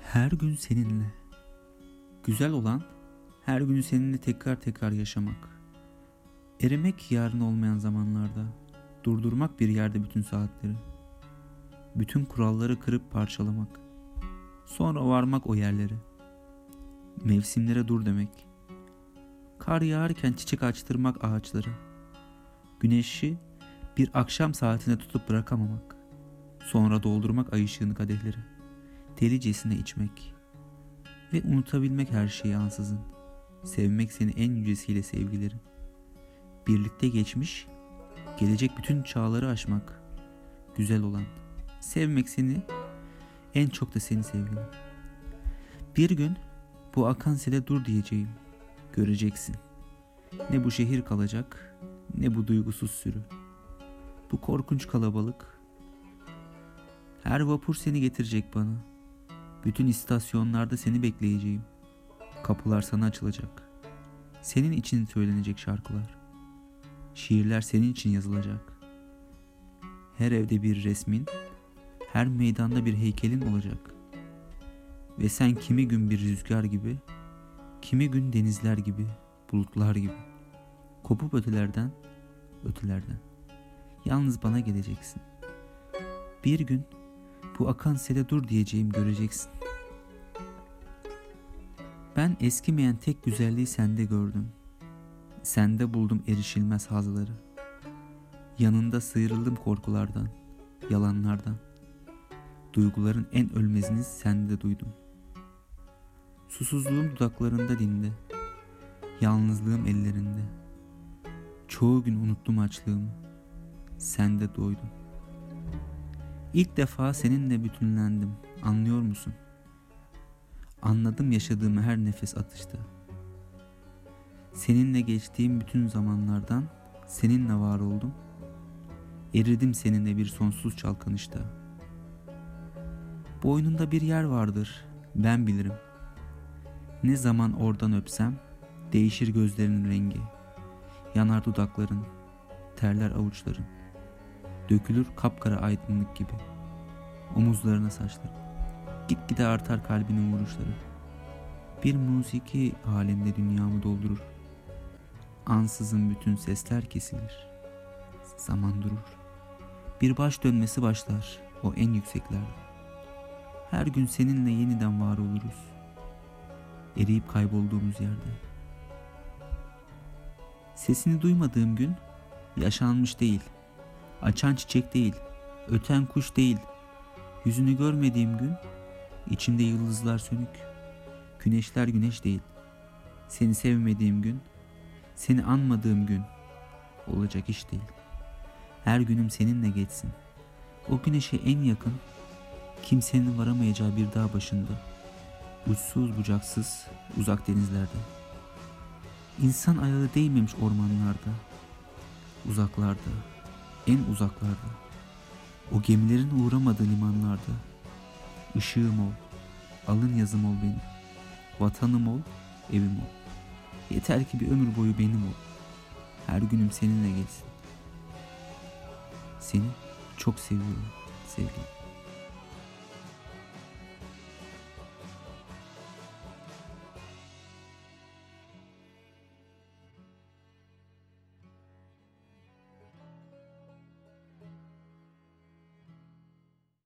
Her gün seninle. Güzel olan her günü seninle tekrar tekrar yaşamak. Erimek yarın olmayan zamanlarda. Durdurmak bir yerde bütün saatleri. Bütün kuralları kırıp parçalamak. Sonra varmak o yerlere. Mevsimlere dur demek. Kar yağarken çiçek açtırmak ağaçları. Güneşi bir akşam saatine tutup bırakamamak. Sonra doldurmak ay ışığını kadehleri. Delicesine içmek. Ve unutabilmek her şeyi ansızın. Sevmek seni en yücesiyle sevgilerim. Birlikte geçmiş, gelecek bütün çağları aşmak. Güzel olan. Sevmek seni, en çok da seni sevgilim. Bir gün bu akan sele dur diyeceğim. Göreceksin. Ne bu şehir kalacak, ne bu duygusuz sürü. Bu korkunç kalabalık. Her vapur seni getirecek bana. Bütün istasyonlarda seni bekleyeceğim. Kapılar sana açılacak. Senin için söylenecek şarkılar. Şiirler senin için yazılacak. Her evde bir resmin, her meydanda bir heykelin olacak. Ve sen kimi gün bir rüzgar gibi, kimi gün denizler gibi, bulutlar gibi. Kopup ötelerden, ötelerden. Yalnız bana geleceksin. Bir gün bu akan sele dur diyeceğim, göreceksin. Ben eskimeyen tek güzelliği sende gördüm. Sende buldum erişilmez hazları. Yanında sıyrıldım korkulardan, yalanlardan. Duyguların en ölmezini sende duydum. Susuzluğum dudaklarında dindi. Yalnızlığım ellerinde. Çoğu gün unuttum açlığımı. Sende doydum. İlk defa seninle bütünlendim. Anlıyor musun? Anladım yaşadığımı her nefes atışta. Seninle geçtiğim bütün zamanlardan seninle var oldum. Eridim seninle bir sonsuz çalkanışta. Boynunda bir yer vardır, ben bilirim. Ne zaman oradan öpsem değişir gözlerinin rengi. Yanar dudakların, terler avuçların. Dökülür kapkara aydınlık gibi. Omuzlarına saçların. Gitgide artar kalbinin vuruşları. Bir musiki halinde dünyamı doldurur. Ansızın bütün sesler kesilir. Zaman durur. Bir baş dönmesi başlar o en yükseklerde. Her gün seninle yeniden var oluruz. Eriyip kaybolduğumuz yerde. Sesini duymadığım gün yaşanmış değil. Açan çiçek değil. Öten kuş değil. Yüzünü görmediğim gün içimde yıldızlar sönük. Güneşler güneş değil. Seni sevmediğim gün, seni anmadığım gün olacak iş değil. Her günüm seninle geçsin. O güneşe en yakın, kimsenin varamayacağı bir dağ başında. Uçsuz bucaksız uzak denizlerde. İnsan ayağı değmemiş ormanlarda. Uzaklarda, en uzaklarda. O gemilerin uğramadığı limanlarda. Işığım ol, alın yazım ol benim. Vatanım ol, evim ol. Yeter ki bir ömür boyu benim ol. Her günüm seninle geçsin. Seni çok seviyorum sevgilim.